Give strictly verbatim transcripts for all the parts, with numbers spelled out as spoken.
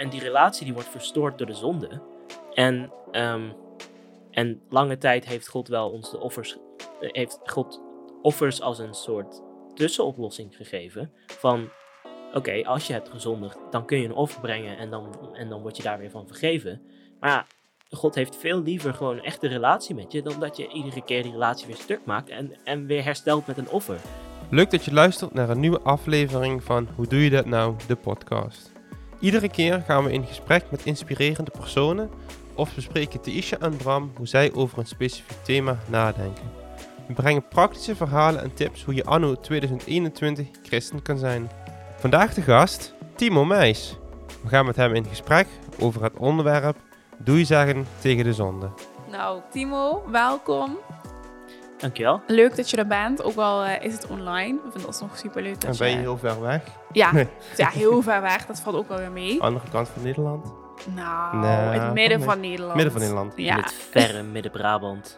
en die relatie die wordt verstoord door de zonde. En, um, en lange tijd heeft God wel ons de offers, heeft God offers als een soort tussenoplossing gegeven. Van, oké, okay, als je hebt gezondigd, dan kun je een offer brengen en dan, en dan word je daar weer van vergeven. Maar ja, God heeft veel liever gewoon een echte relatie met je, dan dat je iedere keer die relatie weer stuk maakt en, en weer herstelt met een offer. Leuk dat je luistert naar een nieuwe aflevering van Hoe doe je dat nou, de podcast. Iedere keer gaan we in gesprek met inspirerende personen of bespreken Taisha en Bram hoe zij over een specifiek thema nadenken. We brengen praktische verhalen en tips hoe je anno tweeduizend eenentwintig christen kan zijn. Vandaag de gast, Timo Meijs. We gaan met hem in gesprek over het onderwerp Doei zeggen tegen de zonde. Nou, Timo, welkom. Dankjewel. Leuk dat je er bent, ook al uh, is het online. We vinden het nog superleuk dat en ben je heel ver weg? Ja, nee. ja, heel ver weg. Dat valt ook wel weer mee. Andere kant van Nederland? Nou, nee, het midden van, van Nederland. Midden van Nederland. Ja. In het verre Midden-Brabant.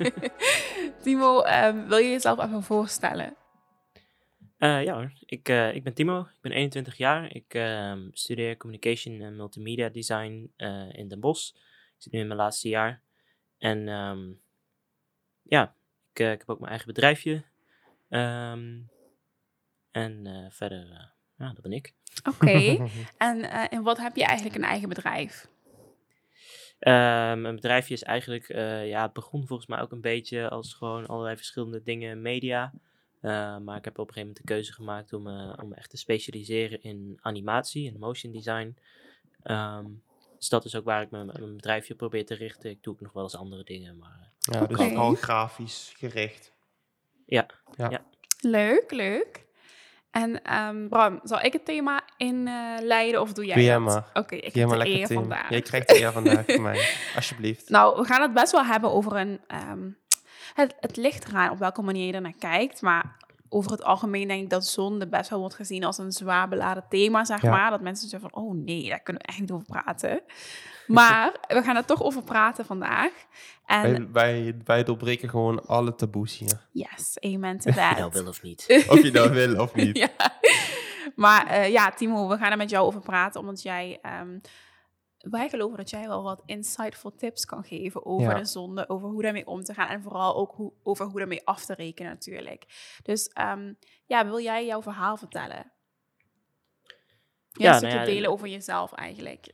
Timo, um, wil je jezelf even voorstellen? Uh, ja hoor, ik, uh, ik ben Timo, ik ben eenentwintig jaar. Ik uh, studeer Communication en Multimedia Design uh, in Den Bosch. Ik zit nu in mijn laatste jaar. En um, ja, ik, uh, ik heb ook mijn eigen bedrijfje. Um, en uh, verder, uh, ja, dat ben ik. Oké, okay. en uh, in wat heb je eigenlijk een eigen bedrijf? Uh, mijn bedrijfje is eigenlijk, uh, ja, het begon volgens mij ook een beetje als gewoon allerlei verschillende dingen, media. Uh, maar ik heb op een gegeven moment de keuze gemaakt om, uh, om echt te specialiseren in animatie en motion design. Um, dus dat is ook waar ik mijn, mijn bedrijfje probeer te richten. Ik doe ook nog wel eens andere dingen. Maar, ja, dus okay. Al grafisch gericht. Ja. ja. ja. Leuk, leuk. En um, Bram, zal ik het thema inleiden uh, of doe jij doe dat? Jij maar. Oké, okay, ik doe heb de eer vandaag. Jij krijgt de eer vandaag van mij, alsjeblieft. Nou, we gaan het best wel hebben over een... Um, het, het ligt eraan op welke manier je er naar kijkt, maar over het algemeen denk ik dat zonde best wel wordt gezien als een zwaar beladen thema, zeg ja. maar. Dat mensen zeggen van, oh nee, daar kunnen we echt niet over praten. Maar we gaan er toch over praten vandaag. En wij, wij, wij doorbreken gewoon alle taboes hier. Yes, amen to that. Of je nou wil of niet. Of je nou wil of niet. ja. Maar uh, ja, Timo, we gaan er met jou over praten, omdat jij... Um, wij geloven dat jij wel wat insightful tips kan geven over ja. de zonde, over hoe daarmee om te gaan en vooral ook hoe, over hoe daarmee af te rekenen natuurlijk. Dus um, ja, wil jij jouw verhaal vertellen? Ja, een stukje nou ja, delen over jezelf eigenlijk.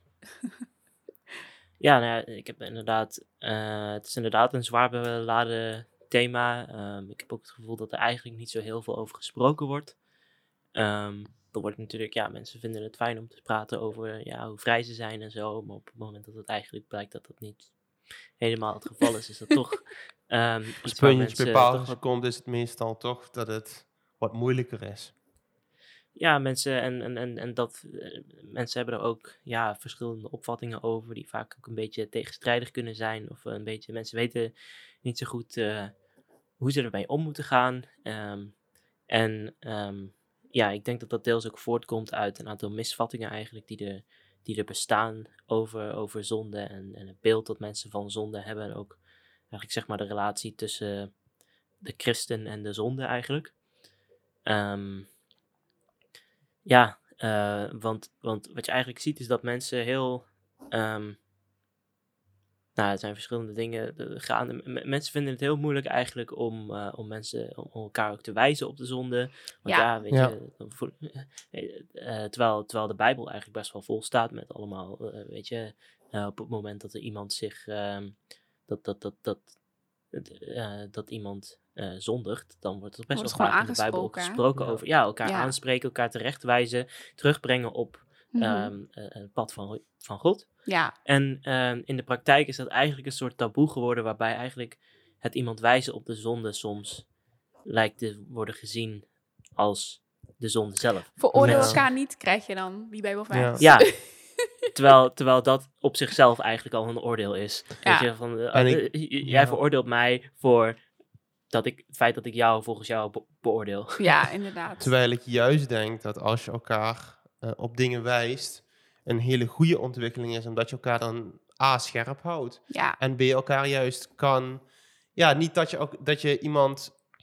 Ja, nou ja, ik heb inderdaad, uh, het is inderdaad een zwaar beladen thema. Um, ik heb ook het gevoel dat er eigenlijk niet zo heel veel over gesproken wordt. Um, Dan wordt natuurlijk, ja, mensen vinden het fijn om te praten over ja, hoe vrij ze zijn en zo. Maar op het moment dat het eigenlijk blijkt dat dat niet helemaal het geval is, is dat toch... Um, Als puntjes bepaalde seconde is het meestal toch dat het wat moeilijker is. Ja, mensen en, en, en, en dat uh, mensen hebben er ook ja, verschillende opvattingen over, die vaak ook een beetje tegenstrijdig kunnen zijn. Of een beetje, mensen weten niet zo goed uh, hoe ze ermee om moeten gaan. Um, en... Um, Ja, ik denk dat dat deels ook voortkomt uit een aantal misvattingen eigenlijk die er, die er bestaan over, over zonde en, en het beeld dat mensen van zonde hebben. En ook eigenlijk zeg maar de relatie tussen de christen en de zonde eigenlijk. Um, ja, uh, want, want wat je eigenlijk ziet is dat mensen heel... Um, Nou, het zijn verschillende dingen gaande. M- mensen vinden het heel moeilijk eigenlijk om, uh, om mensen om elkaar ook te wijzen op de zonde. Want ja, ja weet ja. je, voor, uh, terwijl, terwijl de Bijbel eigenlijk best wel vol staat met allemaal, uh, weet je, uh, op het moment dat er iemand zich, uh, dat, dat, dat, dat, uh, dat iemand uh, zondigt, dan wordt er best wordt wel vaak in de Bijbel ook gesproken ja. over, ja, elkaar ja. aanspreken, elkaar terechtwijzen, terugbrengen op mm-hmm. um, uh, het pad van, van God. Ja. En uh, in de praktijk is dat eigenlijk een soort taboe geworden, waarbij eigenlijk het iemand wijzen op de zonde soms lijkt te worden gezien als de zonde zelf. Veroordeel Mensen... elkaar niet, krijg je dan, die Bijbelvers. Ja, ja. terwijl, terwijl dat op zichzelf eigenlijk al een oordeel is. Ja. Weet je, van, uh, ik, uh, jij ja. veroordeelt mij voor dat ik, het feit dat ik jou volgens jou be- beoordeel. Ja, inderdaad. Terwijl ik juist denk dat als je elkaar uh, op dingen wijst, een hele goede ontwikkeling is, omdat je elkaar dan A, scherp houdt. Ja. En B, elkaar juist kan... Ja, niet dat je, ook, dat je iemand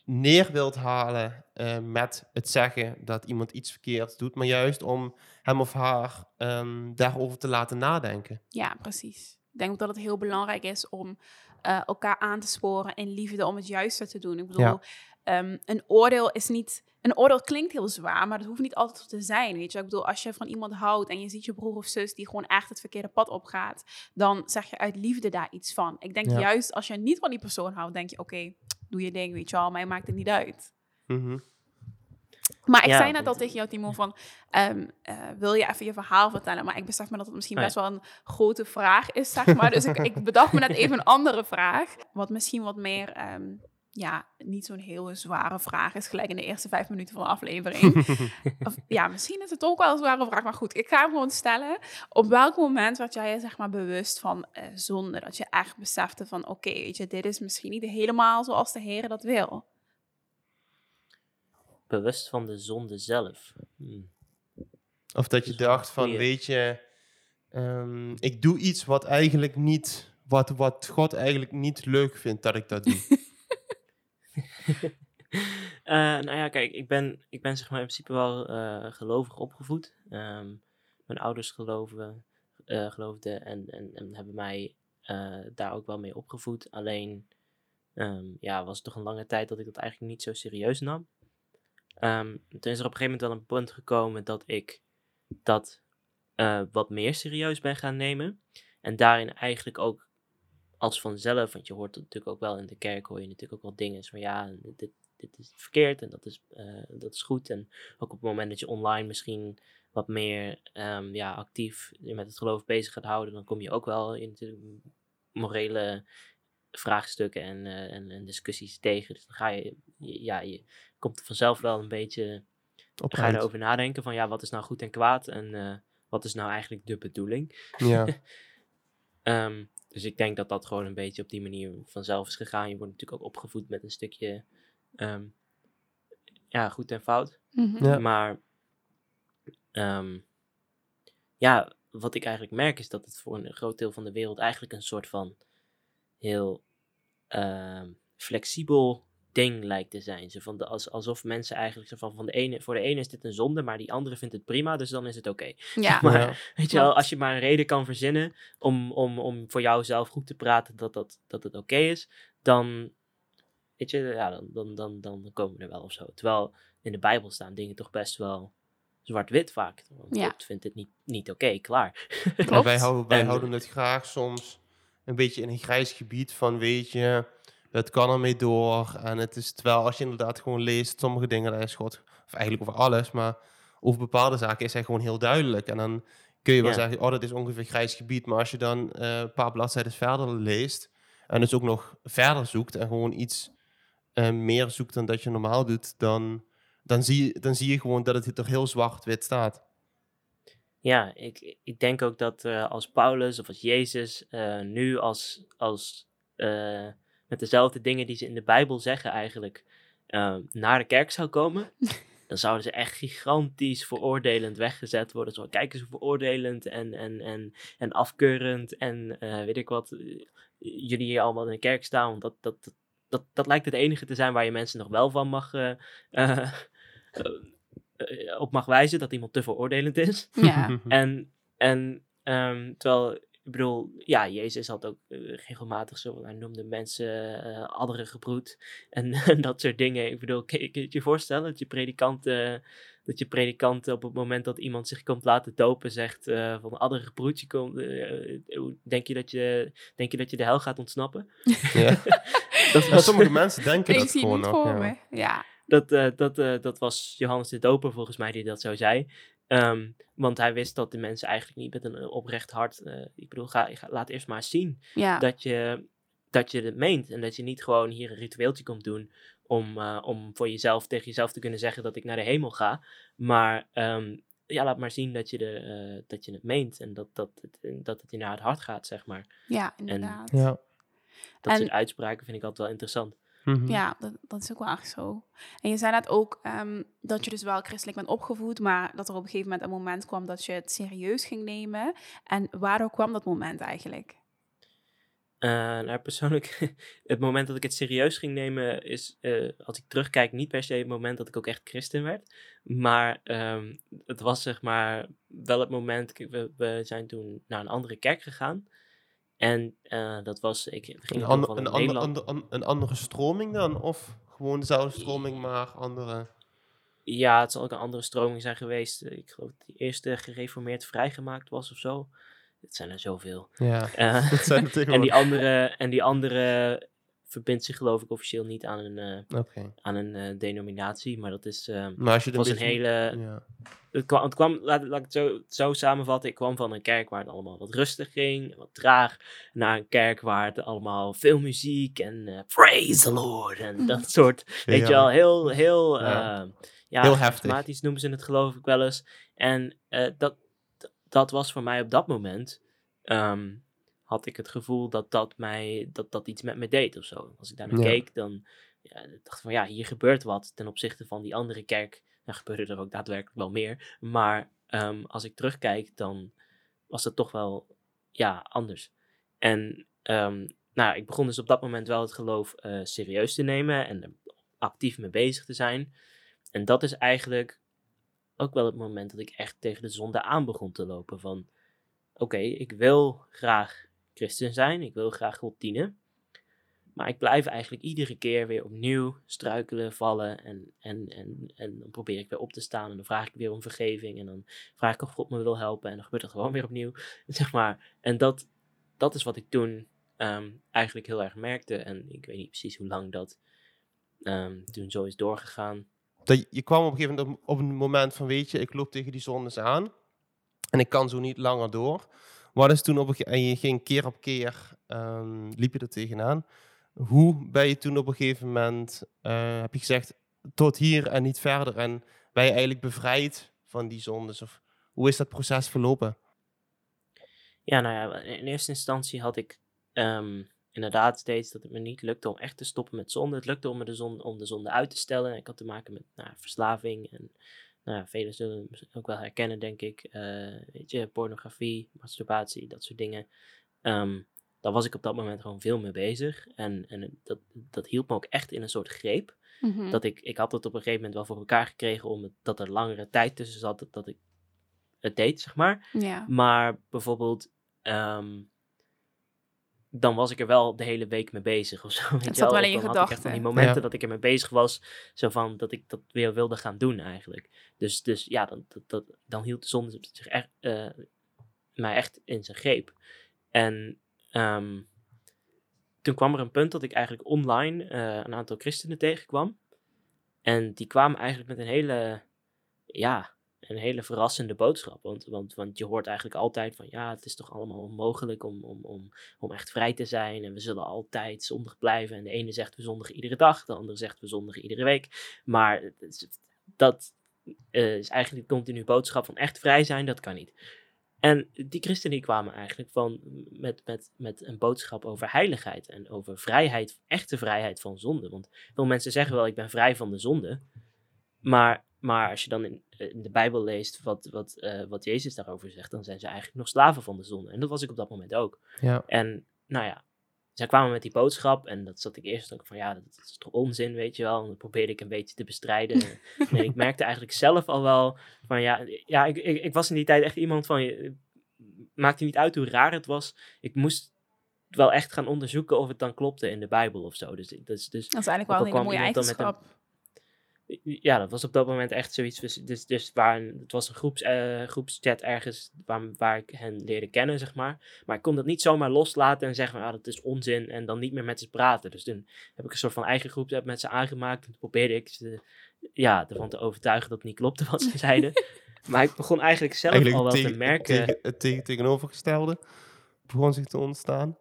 neer wilt halen uh, met het zeggen dat iemand iets verkeerd doet, maar juist om hem of haar um, daarover te laten nadenken. Ja, precies. Ik denk ook dat het heel belangrijk is om uh, elkaar aan te sporen in liefde om het juiste te doen. Ik bedoel, ja. um, een oordeel is niet... Een oordeel klinkt heel zwaar, maar dat hoeft niet altijd zo te zijn, weet je. Ik bedoel, als je van iemand houdt en je ziet je broer of zus die gewoon echt het verkeerde pad opgaat, dan zeg je uit liefde daar iets van. Ik denk ja. juist, als je niet van die persoon houdt, denk je, oké, okay, doe je ding, weet je wel, mij maakt het niet uit. Mm-hmm. Maar ik ja, zei net al tegen jou, Timo, van um, uh, wil je even je verhaal vertellen? Maar ik besef me dat het misschien best wel een grote vraag is, zeg maar. Dus ik, ik bedacht me net even een andere vraag, wat misschien wat meer... Um, ja, niet zo'n heel zware vraag is, gelijk in de eerste vijf minuten van de aflevering. Of, ja, misschien is het ook wel een zware vraag, maar goed, ik ga hem gewoon stellen. Op welk moment werd jij je, zeg maar, bewust van uh, zonde? Dat je echt besefte van, oké, okay, weet je, dit is misschien niet helemaal zoals de Heer dat wil. Bewust van de zonde zelf. Hmm. Of dat je dus dacht van, goeie. weet je, um, ik doe iets wat eigenlijk niet, wat, wat God eigenlijk niet leuk vindt dat ik dat doe. uh, nou ja, kijk, ik ben, ik ben zeg maar in principe wel uh, gelovig opgevoed. Um, mijn ouders geloven, uh, geloofden en, en, en hebben mij uh, daar ook wel mee opgevoed. Alleen, um, ja, was het toch een lange tijd dat ik dat eigenlijk niet zo serieus nam. Um, toen is er op een gegeven moment wel een punt gekomen dat ik dat uh, wat meer serieus ben gaan nemen. En daarin eigenlijk ook als vanzelf, want je hoort het natuurlijk ook wel in de kerk, hoor je natuurlijk ook wel dingen van ja, dit, dit is verkeerd en dat is, uh, dat is goed. En ook op het moment dat je online misschien wat meer um, ja, actief met het geloof bezig gaat houden, dan kom je ook wel in natuurlijk morele vraagstukken en, uh, en, en discussies tegen. Dus dan ga je, ja, je komt er vanzelf wel een beetje, dan ga je erover nadenken van ja, wat is nou goed en kwaad en uh, wat is nou eigenlijk de bedoeling. Ja. um, Dus ik denk dat dat gewoon een beetje op die manier vanzelf is gegaan. Je wordt natuurlijk ook opgevoed met een stukje um, ja, goed en fout. Mm-hmm. Ja. Maar um, ja, wat ik eigenlijk merk is dat het voor een groot deel van de wereld eigenlijk een soort van heel um, flexibel ding lijkt te zijn. Zo van de, als, alsof mensen eigenlijk zo van, van de ene, voor de ene is dit een zonde, maar die andere vindt het prima, dus dan is het oké. Okay. Ja. Maar ja. weet je wel, als je maar een reden kan verzinnen om, om, om voor jouzelf goed te praten dat, dat, dat het oké okay is, dan, weet je, ja, dan, dan, dan, dan komen we er wel of zo. Terwijl in de Bijbel staan dingen toch best wel zwart-wit vaak. Want ja. God vindt het niet, niet oké, okay, klaar. Ja, wij houden, wij en, houden het graag soms een beetje in een grijs gebied van, weet je, het kan ermee door. En het is, terwijl als je inderdaad gewoon leest, sommige dingen, daar is God, of eigenlijk over alles, maar over bepaalde zaken is hij gewoon heel duidelijk. En dan kun je wel ja. zeggen, oh, dat is ongeveer grijs gebied. Maar als je dan uh, een paar bladzijden verder leest en dus ook nog verder zoekt en gewoon iets uh, meer zoekt dan dat je normaal doet, dan, dan, zie, je, dan zie je gewoon dat het er heel zwart-wit staat. Ja, ik, ik denk ook dat uh, als Paulus of als Jezus uh, nu als, als uh, met dezelfde dingen die ze in de Bijbel zeggen eigenlijk uh, naar de kerk zou komen, dan zouden ze echt gigantisch veroordelend weggezet worden. Zo, kijk eens hoe veroordelend en, en, en, en afkeurend en uh, weet ik wat, uh, jullie hier allemaal in de kerk staan, want dat, dat, dat, dat, dat lijkt het enige te zijn waar je mensen nog wel van mag... Uh, uh, uh, op mag wijzen dat iemand te veroordelend is. Ja. en en um, terwijl, ik bedoel, ja, Jezus had ook uh, regelmatig zo, hij noemde mensen uh, adderige broed en, en dat soort dingen. Ik bedoel, kun je kun je, je voorstellen dat je predikant, uh, dat je predikant op het moment dat iemand zich komt laten dopen zegt uh, van adderige broed, je komt, uh, denk je dat je, denk je dat je de hel gaat ontsnappen? Ja. dat was, sommige mensen denken ik dat zie gewoon niet nog. voor Ja. me. Ja. Dat, uh, dat, uh, dat was Johannes de Doper volgens mij die dat zo zei. Um, want hij wist dat de mensen eigenlijk niet met een oprecht hart... Uh, ik bedoel, ga, ga, laat eerst maar zien Ja. dat, je, dat je het meent. En dat je niet gewoon hier een ritueeltje komt doen... om, uh, om voor jezelf tegen jezelf te kunnen zeggen dat ik naar de hemel ga. Maar um, ja, laat maar zien dat je, de, uh, dat je het meent. En dat, dat, het, dat het je naar het hart gaat, zeg maar. Ja, inderdaad. En, ja. Dat en, soort uitspraken vind ik altijd wel interessant. Mm-hmm. Ja, dat, dat is ook wel echt zo. En je zei net ook um, dat je dus wel christelijk bent opgevoed, maar dat er op een gegeven moment een moment kwam dat je het serieus ging nemen. En waardoor kwam dat moment eigenlijk? Uh, nou, persoonlijk, het moment dat ik het serieus ging nemen is, uh, als ik terugkijk, niet per se het moment dat ik ook echt christen werd. Maar um, het was zeg maar wel het moment, kijk, we, we zijn toen naar een andere kerk gegaan. En uh, dat was, ik ging Een, door ander, van een, een ander, Nederland... ander, een andere stroming dan? Of gewoon dezelfde stroming, maar andere... Ja, het zal ook een andere stroming zijn geweest. Ik geloof dat die eerste gereformeerd vrijgemaakt was of zo. Het zijn er zoveel. Ja, Uh, dat zijn er en, die andere, en die andere verbindt zich geloof ik officieel niet aan een, uh, okay. aan een uh, denominatie. Maar dat is, uh, maar als je was een, een hele... Moet, ja. Het kwam, het kwam laat, laat ik het zo, zo samenvatten. Ik kwam van een kerk waar het allemaal wat rustig ging. Wat traag. Naar een kerk waar het allemaal veel muziek en uh, praise the Lord. En dat soort, weet ja. je wel, heel, heel... Ja. Uh, Ja, heel heftig. Charismatisch noemen ze het geloof ik wel eens. En uh, dat, dat was voor mij op dat moment... Um, had ik het gevoel dat dat, mij, dat dat iets met me deed of zo. Als ik daar naar ja. keek, dan ja, dacht ik van ja, hier gebeurt wat ten opzichte van die andere kerk. Nou gebeurde er ook daadwerkelijk wel meer. Maar um, als ik terugkijk, dan was het toch wel ja, anders. En um, nou, ik begon dus op dat moment wel het geloof uh, serieus te nemen en er actief mee bezig te zijn. En dat is eigenlijk ook wel het moment dat ik echt tegen de zonde aan begon te lopen. Van, oké, okay, ik wil graag christen zijn, ik wil graag God dienen. Maar ik blijf eigenlijk iedere keer weer opnieuw struikelen, vallen. En, en, en, en dan probeer ik weer op te staan en dan vraag ik weer om vergeving. En dan vraag ik of God me wil helpen en dan gebeurt het gewoon weer opnieuw. Zeg maar. En dat, dat is wat ik toen um, eigenlijk heel erg merkte. En ik weet niet precies hoe lang dat um, toen zo is doorgegaan. Dat je kwam op een gegeven moment op een moment van, weet je, ik loop tegen die zondes aan en ik kan zo niet langer door. Wat is toen op een ge- en je ging keer op keer, um, liep je er tegenaan. Hoe ben je toen op een gegeven moment, uh, heb je gezegd, tot hier en niet verder en ben je eigenlijk bevrijd van die zondes? Of hoe is dat proces verlopen? Ja, nou ja, in eerste instantie had ik um, inderdaad steeds dat het me niet lukte om echt te stoppen met zonde. Het lukte om, me de, zonde, om de zonde uit te stellen. Ik had te maken met nou, verslaving en nou ja, velen zullen het ook wel herkennen, denk ik. Uh, weet je, pornografie, masturbatie, dat soort dingen. Um, daar was ik op dat moment gewoon veel mee bezig. En, en dat, dat hield me ook echt in een soort greep. Mm-hmm. Dat ik, ik had het op een gegeven moment wel voor elkaar gekregen, omdat dat er langere tijd tussen zat, dat, dat ik het deed, zeg maar. Ja. Maar bijvoorbeeld, um, dan was ik er wel de hele week mee bezig of zo. Weet het je zat wel? wel in je dan had ik echt van die momenten Ja. dat ik er mee bezig was, zo van dat ik dat weer wilde gaan doen eigenlijk. Dus, dus ja, dan, dat, dat, dan hield de zonde zich echt, uh, mij echt in zijn greep. En um, toen kwam er een punt dat ik eigenlijk online uh, een aantal christenen tegenkwam. En die kwamen eigenlijk met een hele, ja, een hele verrassende boodschap. Want, want, want je hoort eigenlijk altijd van, ja, het is toch allemaal onmogelijk om, om, om, om echt vrij te zijn. En we zullen altijd zondig blijven. En de ene zegt we zondigen iedere dag, de andere zegt we zondigen iedere week. Maar dat uh, is eigenlijk de continue boodschap van echt vrij zijn, dat kan niet. En die christenen kwamen eigenlijk van, met, met, met een boodschap over heiligheid en over vrijheid, echte vrijheid van zonde. Want veel mensen zeggen wel, ik ben vrij van de zonde. Maar, maar als je dan in, in de Bijbel leest wat, wat, uh, wat Jezus daarover zegt, dan zijn ze eigenlijk nog slaven van de zonde. En dat was ik op dat moment ook. Ja. En nou ja, zij kwamen met die boodschap en dat zat ik eerst ook van, ja, dat is toch onzin, weet je wel. En dat probeerde ik een beetje te bestrijden. En ik merkte eigenlijk zelf al wel van, ja, ja ik, ik, ik was in die tijd echt iemand van, je, maakte niet uit hoe raar het was. Ik moest wel echt gaan onderzoeken of het dan klopte in de Bijbel of zo. Dus, dus, dus dat is eigenlijk wel een hele mooie eigenschap. Een, ja, dat was op dat moment echt zoiets. Dus, dus waar een, het was een groeps, uh, groepschat ergens waar, waar ik hen leerde kennen, zeg maar. Maar ik kon dat niet zomaar loslaten en zeggen van, ah, dat is onzin. En dan niet meer met ze praten. Dus toen heb ik een soort van eigen groepsapp met ze aangemaakt. En toen probeerde ik ze ja, ervan te overtuigen dat het niet klopte wat ze zeiden. Maar ik begon eigenlijk zelf eigenlijk al wel tegen, te merken... Het, tegen, het tegen, tegenovergestelde begon zich te ontstaan.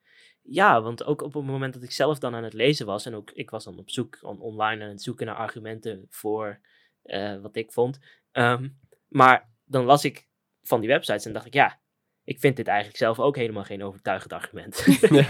Ja, want ook op het moment dat ik zelf dan aan het lezen was... en ook ik was dan op zoek on, online aan het zoeken naar argumenten voor uh, wat ik vond. Um, maar dan las ik van die websites en dacht ik, ja... ik vind dit eigenlijk zelf ook helemaal geen overtuigend argument.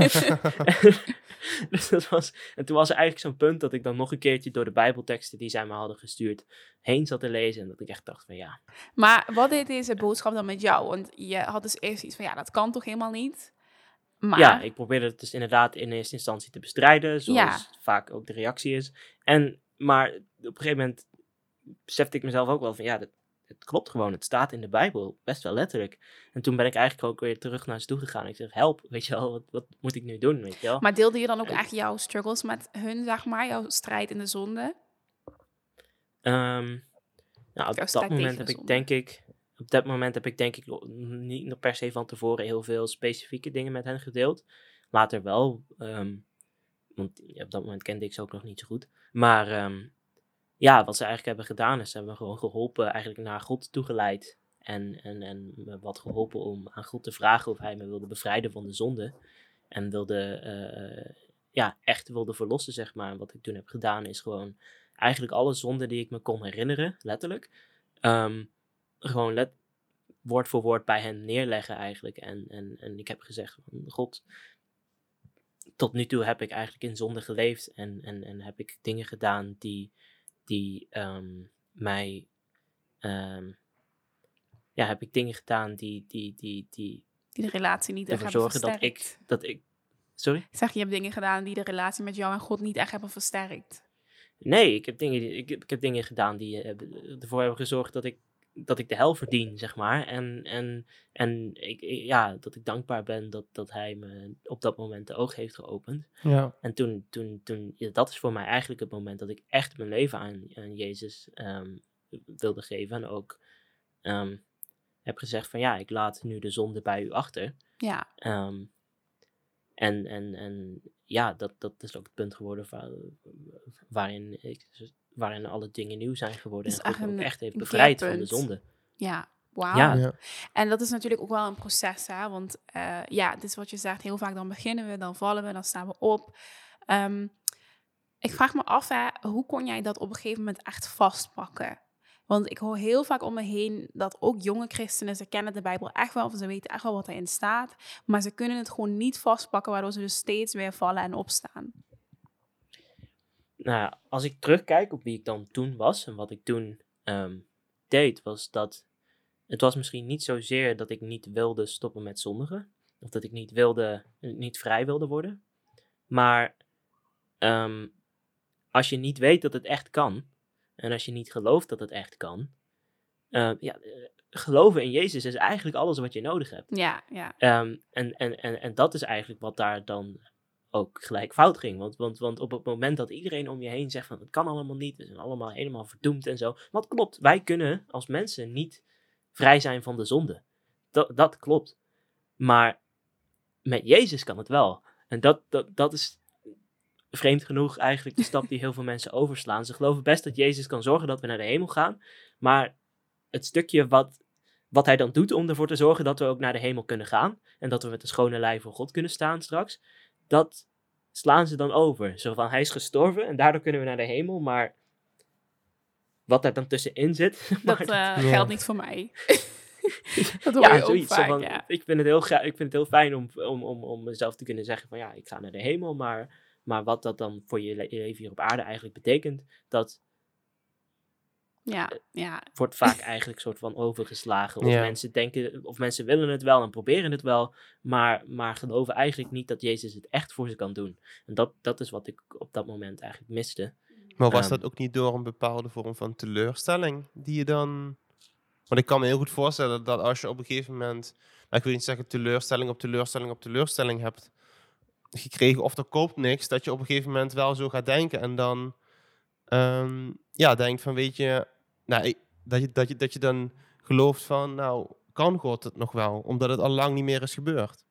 dus dat was, en toen was er eigenlijk zo'n punt dat ik dan nog een keertje door de Bijbelteksten die zij me hadden gestuurd heen zat te lezen. En dat ik echt dacht van ja. Maar wat deed deze boodschap dan met jou? Want je had dus eerst iets van ja, dat kan toch helemaal niet? Maar, ja, ik probeerde het dus inderdaad in eerste instantie te bestrijden, zoals Ja. vaak ook de reactie is. En, maar op een gegeven moment besefte ik mezelf ook wel van, ja, dat, het klopt gewoon. Het staat in de Bijbel, best wel letterlijk. En toen ben ik eigenlijk ook weer terug naar ze toe gegaan. Ik zeg, help, weet je wel, wat, wat moet ik nu doen, weet je wel? maar deelde je dan ook En- echt jouw struggles met hun, zeg maar? Jouw strijd in de zonde? Ehm, nou, op Jouw dat strijd moment tegen heb de ik zonde. denk ik, op dat moment heb ik denk ik nog niet nog per se van tevoren heel veel specifieke dingen met hen gedeeld. Later wel, ehm, want ja, op dat moment kende ik ze ook nog niet zo goed. Maar ehm, ja, wat ze eigenlijk hebben gedaan is, ze hebben me gewoon geholpen, eigenlijk naar God toegeleid. En, en, en me wat geholpen om aan God te vragen of hij me wilde bevrijden van de zonde. En wilde, eh, ja, echt wilde verlossen, zeg maar. En wat ik toen heb gedaan is gewoon eigenlijk alle zonden die ik me kon herinneren, letterlijk. ehm, gewoon let, woord voor woord bij hen neerleggen eigenlijk. En, en, en ik heb gezegd, van, God, tot nu toe heb ik eigenlijk in zonde geleefd. En, en, en heb ik dingen gedaan die, die ehm, mij... ehm, ja, heb ik dingen gedaan die, die, die, die Die de relatie niet echt ervoor hebben zorgen dat versterkt. ik, dat ik... Sorry? Zeg, je hebt dingen gedaan die de relatie met jou en God niet echt hebben versterkt. Nee, ik heb dingen, die- ik, heb- ik heb dingen gedaan die eh, ervoor hebben gezorgd dat ik, dat ik de hel verdien, zeg maar. En, en, en ik, ik- ja, dat ik dankbaar ben dat, dat hij me op dat moment de oog heeft geopend. Ja. En toen, toen, toen ja, dat is voor mij eigenlijk het moment dat ik echt mijn leven aan, aan Jezus ehm, wilde geven. En ook ehm, heb gezegd van ja, ik laat nu de zonde bij u achter. Ja, Ehm, en, en, en ja, dat, dat is ook het punt geworden waar, waarin, ik, waarin alle dingen nieuw zijn geworden. Dus En God echt me ook een- echt heeft een bevrijd van de keerpunt. zonde. ja. Wauw. Ja. Ja. En dat is natuurlijk ook wel een proces, hè? Want eh, ja, dit is wat je zegt. Heel vaak dan beginnen we, dan vallen we, dan staan we op. Ehm, ik vraag me af, hè, hoe kon jij dat op een gegeven moment echt vastpakken? Want ik hoor heel vaak om me heen dat ook jonge christenen, ze kennen de Bijbel echt wel, of ze weten echt wel wat erin staat, maar ze kunnen het gewoon niet vastpakken, waardoor ze dus steeds weer vallen en opstaan. Nou ja, als ik terugkijk op wie ik dan toen was en wat ik toen ehm, deed, was dat het was misschien niet zozeer dat ik niet wilde stoppen met zondigen. Of dat ik niet wilde, niet vrij wilde worden. Maar ehm, als je niet weet dat het echt kan, en als je niet gelooft dat het echt kan, eh, ja, eh, geloven in Jezus is eigenlijk alles wat je nodig hebt. Ja, ja. Ehm, en, en, en, en dat is eigenlijk wat daar dan ook gelijk fout ging. Want, want, want op het moment dat iedereen om je heen zegt van het kan allemaal niet, we zijn allemaal helemaal verdoemd en zo. Wat klopt, wij kunnen als mensen niet vrij zijn van de zonde. Dat, dat klopt. Maar met Jezus kan het wel. En dat, dat, dat is vreemd genoeg eigenlijk de stap die heel veel mensen overslaan. Ze geloven best dat Jezus kan zorgen dat we naar de hemel gaan. Maar het stukje wat, wat hij dan doet om ervoor te zorgen dat we ook naar de hemel kunnen gaan. En dat we met een schone lei voor God kunnen staan straks. Dat slaan ze dan over. Zo van, hij is gestorven en daardoor kunnen we naar de hemel. Maar wat daar dan tussenin zit... Dat maar eh, Ja. geldt niet voor mij. Dat hoor ja, je ook zoiets. Zo vaak, van, ja. ik, vind het heel ga- ik vind het heel fijn om, om, om, om mezelf te kunnen zeggen van ja, ik ga naar de hemel. Maar, maar wat dat dan voor je le- je leven hier op aarde eigenlijk betekent, dat Ja, ja. wordt vaak eigenlijk soort van overgeslagen. Of Ja. mensen denken, of mensen willen het wel en proberen het wel, maar, maar geloven eigenlijk niet dat Jezus het echt voor ze kan doen. En dat, dat is wat ik op dat moment eigenlijk miste. Maar was Ehm. dat ook niet door een bepaalde vorm van teleurstelling die je dan... Want ik kan me heel goed voorstellen dat als je op een gegeven moment... Nou, ik wil niet zeggen teleurstelling op teleurstelling op teleurstelling hebt gekregen of er koopt niks, dat je op een gegeven moment wel zo gaat denken en dan ehm, ja, denkt van weet je... Nou, ik- dat, je, dat, je, dat je dan gelooft van nou, kan God het nog wel? Omdat het al lang niet meer is gebeurd.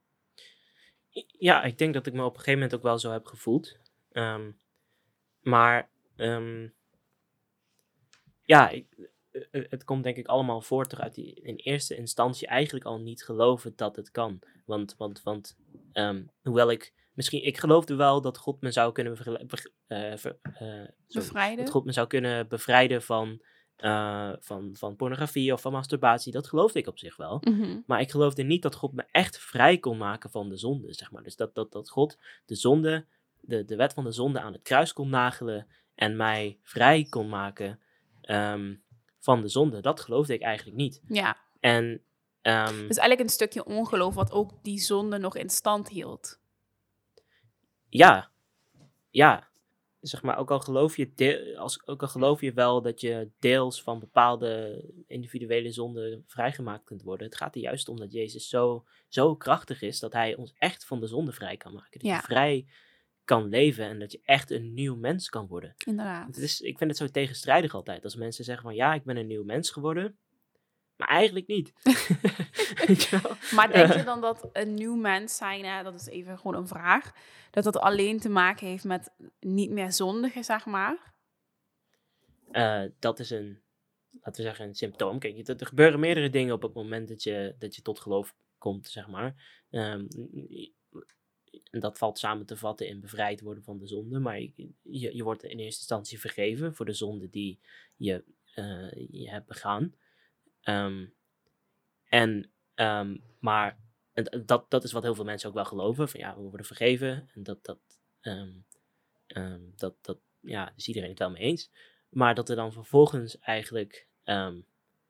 Ja, ik denk dat ik me op een gegeven moment ook wel zo heb gevoeld. Ehm, maar ehm, ja, ik, eh, eh, het komt denk ik allemaal voort uit die in eerste instantie eigenlijk al niet geloven dat het kan. Want, want, want ehm, hoewel ik misschien, ik geloofde wel dat God me zou kunnen vergele- ver- eh, ver- eh, sorry, Bevrijden. dat God me zou kunnen bevrijden van, eh, van, van pornografie of van masturbatie. Dat geloofde ik op zich wel. Mhm. Maar ik geloofde niet dat God me echt vrij kon maken van de zonde, zeg maar. Dus dat, dat, dat God de zonde, de, de wet van de zonde aan het kruis kon nagelen en mij vrij kon maken ehm, van de zonde. Dat geloofde ik eigenlijk niet. Ja, En Um, dus eigenlijk een stukje ongeloof wat ook die zonde nog in stand hield. Ja, ja. Zeg maar, ook al geloof je, deel, als, ook al geloof je wel dat je deels van bepaalde individuele zonden vrijgemaakt kunt worden. Het gaat er juist om dat Jezus zo, zo krachtig is dat hij ons echt van de zonde vrij kan maken. Dat Ja. je vrij kan leven en dat je echt een nieuw mens kan worden. Inderdaad. Het is, ik vind het zo tegenstrijdig altijd. Als mensen zeggen van ja, ik ben een nieuw mens geworden. Maar eigenlijk niet. Weet je wel? Maar denk je dan dat een nieuw mens zijn, hè, dat is even gewoon een vraag, dat dat alleen te maken heeft met niet meer zondigen, zeg maar? Uh, dat is een, laten we zeggen, een symptoom. Kijk, er gebeuren meerdere dingen op het moment dat je, dat je tot geloof komt, zeg maar. Um, en dat valt samen te vatten in bevrijd worden van de zonde. Maar je, je, je wordt in eerste instantie vergeven voor de zonde die je, uh, je hebt begaan. Um, en, um, maar en dat, dat is wat heel veel mensen ook wel geloven. Van ja, we worden vergeven. En dat, dat, um, um, dat, dat ja, is iedereen het wel mee eens. Maar dat er dan vervolgens eigenlijk, um,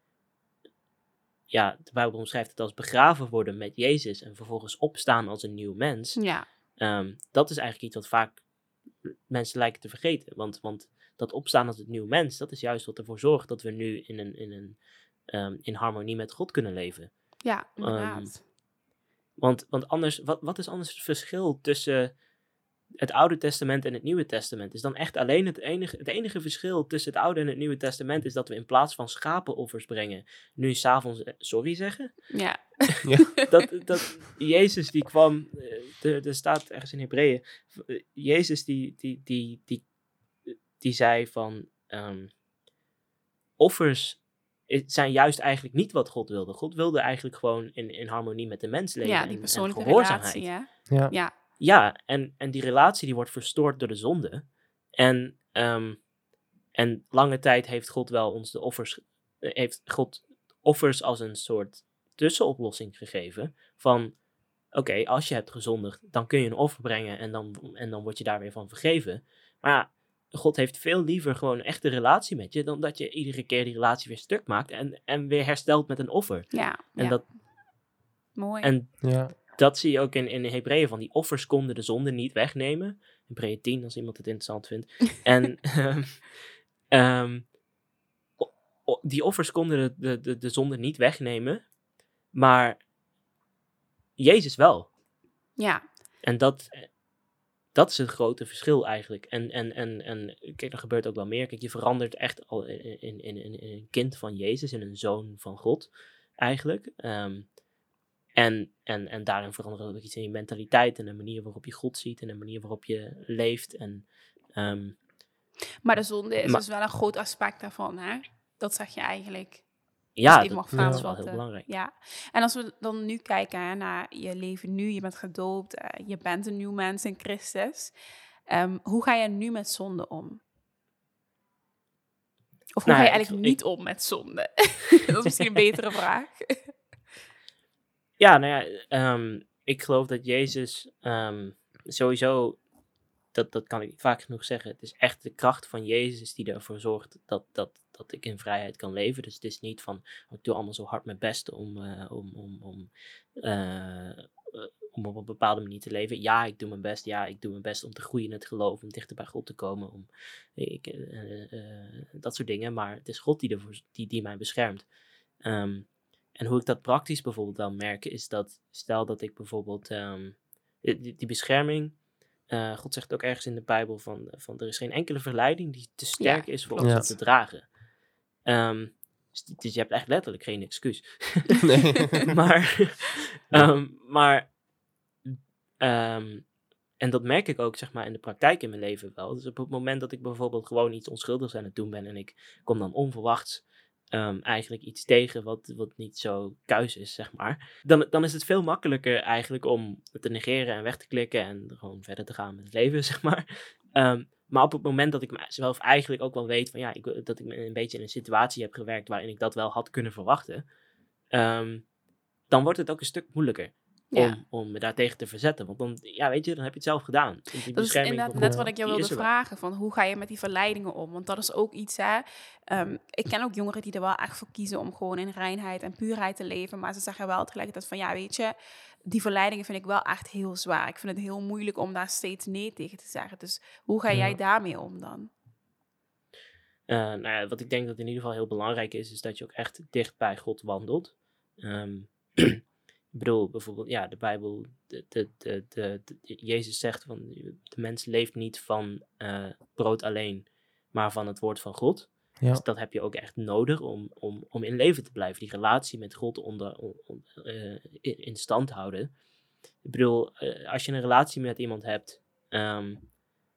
ja, de Bijbel omschrijft het als begraven worden met Jezus en vervolgens opstaan als een nieuw mens. Ja. Um, dat is eigenlijk iets wat vaak mensen lijken te vergeten. Want, want dat opstaan als een nieuw mens, dat is juist wat ervoor zorgt dat we nu in een, in een Um, in harmonie met God kunnen leven. Ja, inderdaad. Um, want, want anders, wat, wat is anders het verschil tussen het Oude Testament en het Nieuwe Testament? Is dan echt alleen het enige, het enige verschil tussen het Oude en het Nieuwe Testament is dat we in plaats van schapenoffers brengen, nu 's avonds sorry zeggen? Ja. Ja. dat, dat Jezus die kwam, er, er staat ergens in Hebreeën, Jezus die, die, die, die, die, die zei van um, offers zijn juist eigenlijk niet wat God wilde. God wilde eigenlijk gewoon in, in harmonie met de mens leven. Ja, die en, persoonlijke en gehoorzaamheid. relatie, hè? Ja. Ja. Ja, en, en die relatie die wordt verstoord door de zonde. En, um, en lange tijd heeft God wel ons de offers, heeft God offers als een soort tussenoplossing gegeven. Van, oké, okay, als je hebt gezondigd, dan kun je een offer brengen en dan, en dan word je daar weer van vergeven. Maar ja, God heeft veel liever gewoon een echte relatie met je, dan dat je iedere keer die relatie weer stuk maakt en, en weer herstelt met een offer. Ja, en ja. Dat, Mooi. En ja. dat zie je ook in, in Hebreeën, van die offers konden de zonde niet wegnemen. Hebreeën tien, als iemand het interessant vindt. en um, um, o, o, die offers konden de, de, de, de zonde niet wegnemen, maar Jezus wel. Ja. En dat... Dat is het grote verschil eigenlijk. En, en, en, en kijk, er gebeurt ook wel meer. Kijk, je verandert echt al in, in, in, in een kind van Jezus, in een zoon van God, eigenlijk. Um, en, en, en daarin verandert ook iets in je mentaliteit en de manier waarop je God ziet en de manier waarop je leeft. En, um, maar de zonde is maar, dus wel een groot aspect daarvan, hè? Dat zeg je eigenlijk. Ja, dus dat, dat is wel heel uh, belangrijk. Ja. En als we dan nu kijken hè, naar je leven nu, je bent gedoopt, uh, je bent een nieuw mens in Christus. Um, hoe ga je nu met zonde om? Of hoe nou, ga je eigenlijk ik, niet ik, om met zonde? Dat is misschien een betere vraag. Ja, nou ja, um, ik geloof dat Jezus um, sowieso, dat, dat kan ik niet vaak genoeg zeggen, het is echt de kracht van Jezus die ervoor zorgt dat, dat, dat ik in vrijheid kan leven. Dus het is niet van, ik doe allemaal zo hard mijn best om, uh, om, om, om, uh, om op een bepaalde manier te leven. Ja, ik doe mijn best. Ja, ik doe mijn best om te groeien in het geloof, om dichter bij God te komen, om ik, uh, uh, dat soort dingen. Maar het is God die, ervoor, die, die mij beschermt. Um, en hoe ik dat praktisch bijvoorbeeld dan merk, is dat, stel dat ik bijvoorbeeld, um, die, die bescherming, Uh, God zegt ook ergens in de Bijbel van, van er is geen enkele verleiding die te sterk ja, is voor ons ja. om te dragen. Um, dus, dus je hebt echt letterlijk geen excuus. Nee. maar, um, maar um, en dat merk ik ook zeg maar in de praktijk in mijn leven wel. Dus op het moment dat ik bijvoorbeeld gewoon iets onschuldigs aan het doen ben en ik kom dan onverwachts Um, eigenlijk iets tegen wat, wat niet zo kuis is, zeg maar. Dan, dan is het veel makkelijker eigenlijk om het te negeren en weg te klikken en gewoon verder te gaan met het leven, zeg maar. Um, maar op het moment dat ik mezelf eigenlijk ook wel weet van ja, ik, dat ik me een beetje in een situatie heb gewerkt waarin ik dat wel had kunnen verwachten, um, dan wordt het ook een stuk moeilijker. Ja. om, om me daartegen te verzetten. Want dan, ja, weet je, dan heb je het zelf gedaan. Want die Dat is bescherming inderdaad van net God, wat ik jou die wilde is er wel. vragen. Van hoe ga je met die verleidingen om? Want dat is ook iets, hè. Um, ik ken ook jongeren die er wel echt voor kiezen om gewoon in reinheid en puurheid te leven. Maar ze zeggen wel tegelijkertijd van, ja, weet je, die verleidingen vind ik wel echt heel zwaar. Ik vind het heel moeilijk om daar steeds nee tegen te zeggen. Dus hoe ga Ja. jij daarmee om dan? Uh, nou ja, wat ik denk dat in ieder geval heel belangrijk is, is dat je ook echt dicht bij God wandelt. Um, ik bedoel, bijvoorbeeld, ja, de Bijbel, de, de, de, de, de, Jezus zegt van, de mens leeft niet van uh, brood alleen, maar van het woord van God. Ja. Dus dat heb je ook echt nodig om, om, om in leven te blijven. Die relatie met God onder, on, on, uh, in, in stand houden. Ik bedoel, uh, als je een relatie met iemand hebt, um,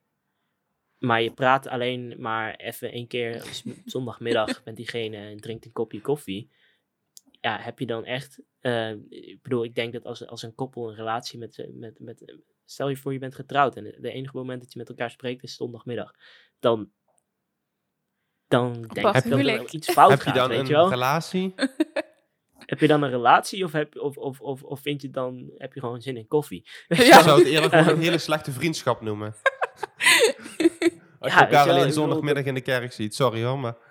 maar je praat alleen maar even één keer zondagmiddag met diegene en drinkt een kopje koffie. Ja, heb je dan echt... Uh, ik bedoel, ik denk dat als, als een koppel een relatie met, met, met... Stel je voor, je bent getrouwd en de enige moment dat je met elkaar spreekt is zondagmiddag. Dan... Dan denk ik dat er iets fout heb gaat, je dan weet een je wel? relatie? Heb je dan een relatie of, heb, of, of, of, of vind je dan... Heb je gewoon zin in koffie? Ja. Ik zou het eerder gewoon een hele slechte vriendschap noemen. Als je Ja, elkaar je wel, alleen zondagmiddag in de kerk ziet. Sorry hoor, maar...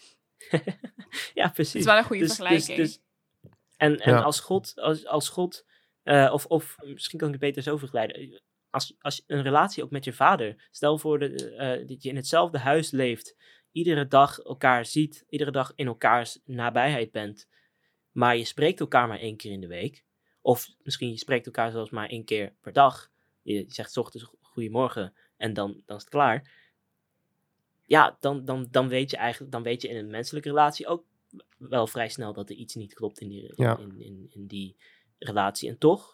Ja, precies. Het is wel een goede dus, vergelijking. Dus, dus, en en Ja. als God, als, als God uh, of, of misschien kan ik het beter zo vergelijken. Als, als een relatie ook met je vader. Stel voor de, uh, dat je in hetzelfde huis leeft. Iedere dag elkaar ziet. Iedere dag in elkaars nabijheid bent. Maar je spreekt elkaar maar één keer in de week. Of misschien je spreekt elkaar zelfs maar één keer per dag. Je, je zegt 's ochtends goedemorgen en dan, dan is het klaar. Ja, dan, dan, dan weet je eigenlijk, dan weet je in een menselijke relatie ook wel vrij snel dat er iets niet klopt in die, Ja. in, in, in die relatie. En toch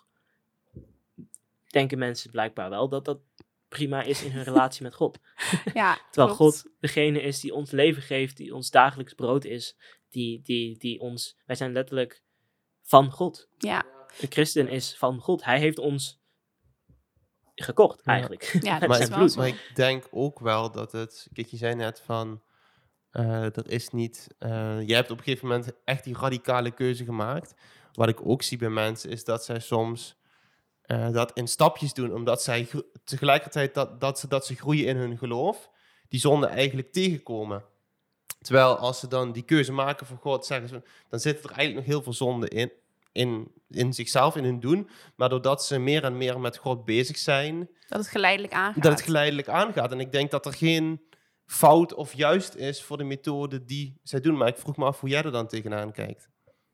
denken mensen blijkbaar wel dat dat prima is in hun relatie met God. Ja, Terwijl klopt. God degene is die ons leven geeft, die ons dagelijks brood is, die, die, die ons, wij zijn letterlijk van God. Ja. Een christen is van God. Hij heeft ons gekocht, Ja. eigenlijk. Ja, Met dat Maar is zijn ik, wel bloed. zo. maar ik denk ook wel dat het... Kijk, je zei net van... Uh, er is niet... Uh, jij hebt op een gegeven moment echt die radicale keuze gemaakt. Wat ik ook zie bij mensen is dat zij soms... Uh, dat in stapjes doen, omdat zij gro- tegelijkertijd dat, dat, ze, dat ze groeien in hun geloof, die zonde eigenlijk tegenkomen. Terwijl als ze dan die keuze maken voor God, zeggen ze, dan zit er eigenlijk nog heel veel zonde in, in, in zichzelf, in hun doen. Maar doordat ze meer en meer met God bezig zijn, Dat het geleidelijk aangaat. dat het geleidelijk aangaat. En ik denk dat er geen fout of juist is voor de methode die zij doen. Maar ik vroeg me af hoe jij er dan tegenaan kijkt.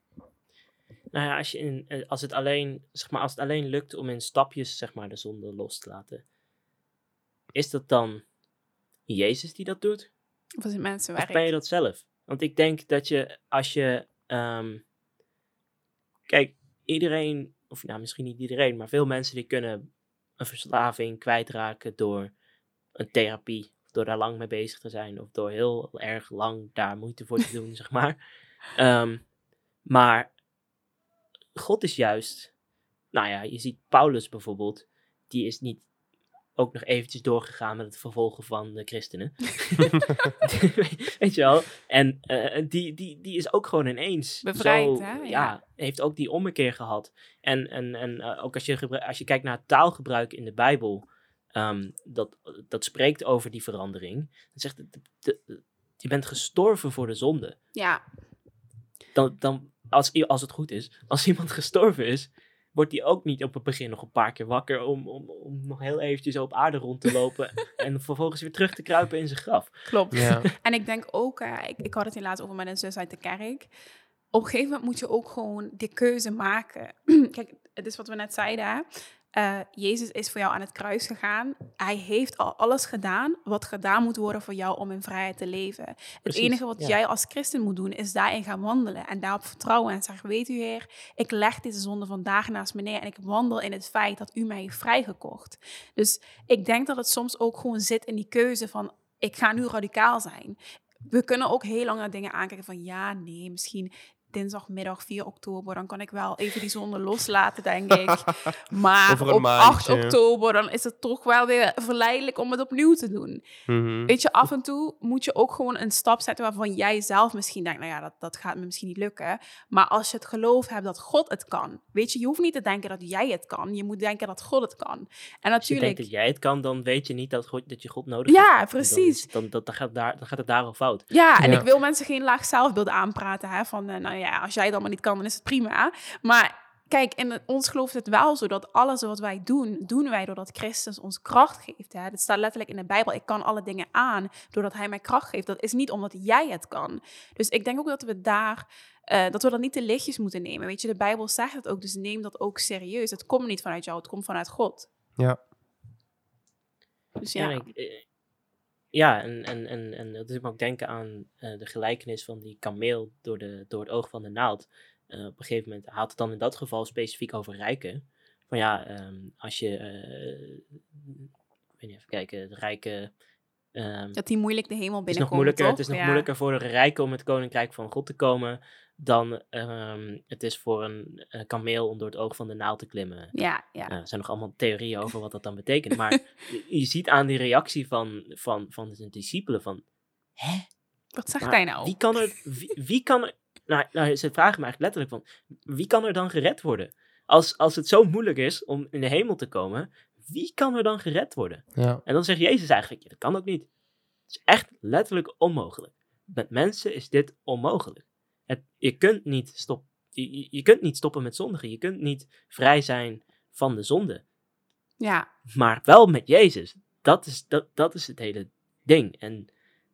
Nou ja, als, je in, als, het alleen, zeg maar, als het alleen lukt om in stapjes zeg maar, de zonde los te laten, is dat dan Jezus die dat doet? Of is het mensenwerk? Of ben je dat zelf? Want ik denk dat je, als je... Um, kijk, iedereen, of nou misschien niet iedereen, maar veel mensen die kunnen een verslaving kwijtraken door een therapie, of door daar lang mee bezig te zijn, of door heel erg lang daar moeite voor te doen, zeg maar. Um, maar God is juist, nou ja, je ziet Paulus bijvoorbeeld, die is niet ook nog eventjes doorgegaan met het vervolgen van de christenen. Weet je wel? En uh, die, die, die is ook gewoon ineens bevrijd, zo, hè? Ja. ja, heeft ook die ommekeer gehad. En, en, en uh, ook als je, gebru- als je kijkt naar het taalgebruik in de Bijbel, um, dat, dat spreekt over die verandering. Dan zegt het, de, de, de, je bent gestorven voor de zonde. Ja. Dan, dan als, als het goed is, als iemand gestorven is, wordt die ook niet op het begin nog een paar keer wakker om, om, om nog heel eventjes op aarde rond te lopen en vervolgens weer terug te kruipen in zijn graf. Klopt. Ja. En ik denk ook, uh, ik, ik had het hier laatst over met een zus uit de kerk. Op een gegeven moment moet je ook gewoon die keuze maken. Kijk, het is wat we net zeiden, hè? Uh, Jezus is voor jou aan het kruis gegaan. Hij heeft al alles gedaan wat gedaan moet worden voor jou om in vrijheid te leven. Het Precies, enige wat ja. jij als christen moet doen, is daarin gaan wandelen. En daarop vertrouwen en zeggen, weet u Heer, ik leg deze zonde vandaag naast me neer en ik wandel in het feit dat u mij heeft vrijgekocht. Dus ik denk dat het soms ook gewoon zit in die keuze van, ik ga nu radicaal zijn. We kunnen ook heel lang naar dingen aankijken van, ja, nee, misschien dinsdagmiddag vier oktober, dan kan ik wel even die zonde loslaten, denk ik. Maar Over een op acht maandje. oktober, dan is het toch wel weer verleidelijk om het opnieuw te doen. Mhm. Weet je, af en toe moet je ook gewoon een stap zetten waarvan jij zelf misschien denkt, nou ja, dat, dat gaat me misschien niet lukken. Maar als je het geloof hebt dat God het kan, weet je, je hoeft niet te denken dat jij het kan. Je moet denken dat God het kan. En Als je natuurlijk... denkt dat jij het kan, dan weet je niet dat, God, dat je God nodig hebt. Ja, Dan precies. is- Dan, dan, dan, gaat daar, dan gaat het daar al fout. Ja, en Ja. ik wil mensen geen laag zelfbeeld aanpraten. Hè, van, uh, nou ja, als jij het allemaal niet kan, dan is het prima. Maar kijk, in ons geloof is het wel zo dat alles wat wij doen, doen wij doordat Christus ons kracht geeft. Hè. Dat staat letterlijk in de Bijbel. Ik kan alle dingen aan doordat hij mij kracht geeft. Dat is niet omdat jij het kan. Dus ik denk ook dat we daar... Uh, dat we dat niet te lichtjes moeten nemen. Weet je, de Bijbel zegt het ook, dus neem dat ook serieus. Het komt niet vanuit jou, het komt vanuit God. Ja. Dus ja. Ja, ik, eh, ja en, en, en, en dat doet me ook denken aan eh, de gelijkenis van die kameel door, de, door het oog van de naald. Uh, op een gegeven moment had het dan in dat geval specifiek over rijken. Van ja, um, als je, uh, ik weet niet, even kijken, de rijken... Um, dat die moeilijk de hemel het is binnenkomen, nog moeilijker, toch? Het is nog Ja. moeilijker voor de rijken om het koninkrijk van God te komen dan um, het is voor een uh, kameel om door het oog van de naald te klimmen. Ja, ja. Uh, er zijn nog allemaal theorieën over wat dat dan betekent. Maar je, je ziet aan die reactie van, van, van de discipelen van... Hè? Wat zegt Maar hij nou? Wie kan er... Wie, wie kan er nou, nou, ze vragen me eigenlijk letterlijk van... Wie kan er dan gered worden? Als, als het zo moeilijk is om in de hemel te komen... Wie kan er dan gered worden? Ja. En dan zegt Jezus eigenlijk... Ja, dat kan ook niet. Het is echt letterlijk onmogelijk. Met mensen is dit onmogelijk. Het, je, kunt niet stop, je, je kunt niet stoppen met zondigen. Je kunt niet vrij zijn van de zonde. Ja. Maar wel met Jezus. Dat is, dat, dat is het hele ding. En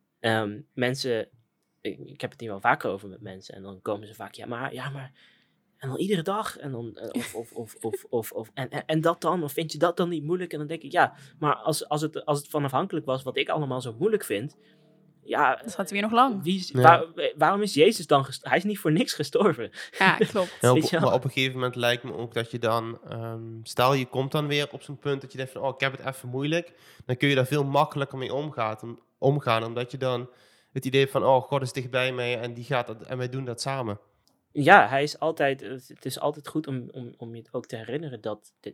um, mensen... Ik, ik heb het hier wel vaker over met mensen. En dan komen ze vaak... Ja, maar... Ja, maar en dan iedere dag. En dan... Of, of, of, of, of, of, en, en, en dat dan? Of vind je dat dan niet moeilijk? En dan denk ik... Ja, maar als, als, het, als het van afhankelijk was... Wat ik allemaal zo moeilijk vind... Ja, dat gaat weer nog lang. Wie is, Ja. waar, waarom is Jezus dan gestorven? Hij is niet voor niks gestorven. Ja, klopt. Ja, Weet op, je wel? maar op een gegeven moment lijkt me ook dat je dan... Um, stel, je komt dan weer op zo'n punt dat je denkt van... Oh, ik heb het even moeilijk. Dan kun je daar veel makkelijker mee omgaan. Om, omgaan omdat je dan het idee hebt van... Oh, God is dichtbij mij en die gaat dat, en wij doen dat samen. Ja, hij is altijd, het is altijd goed om, om, om je ook te herinneren dat... Dit,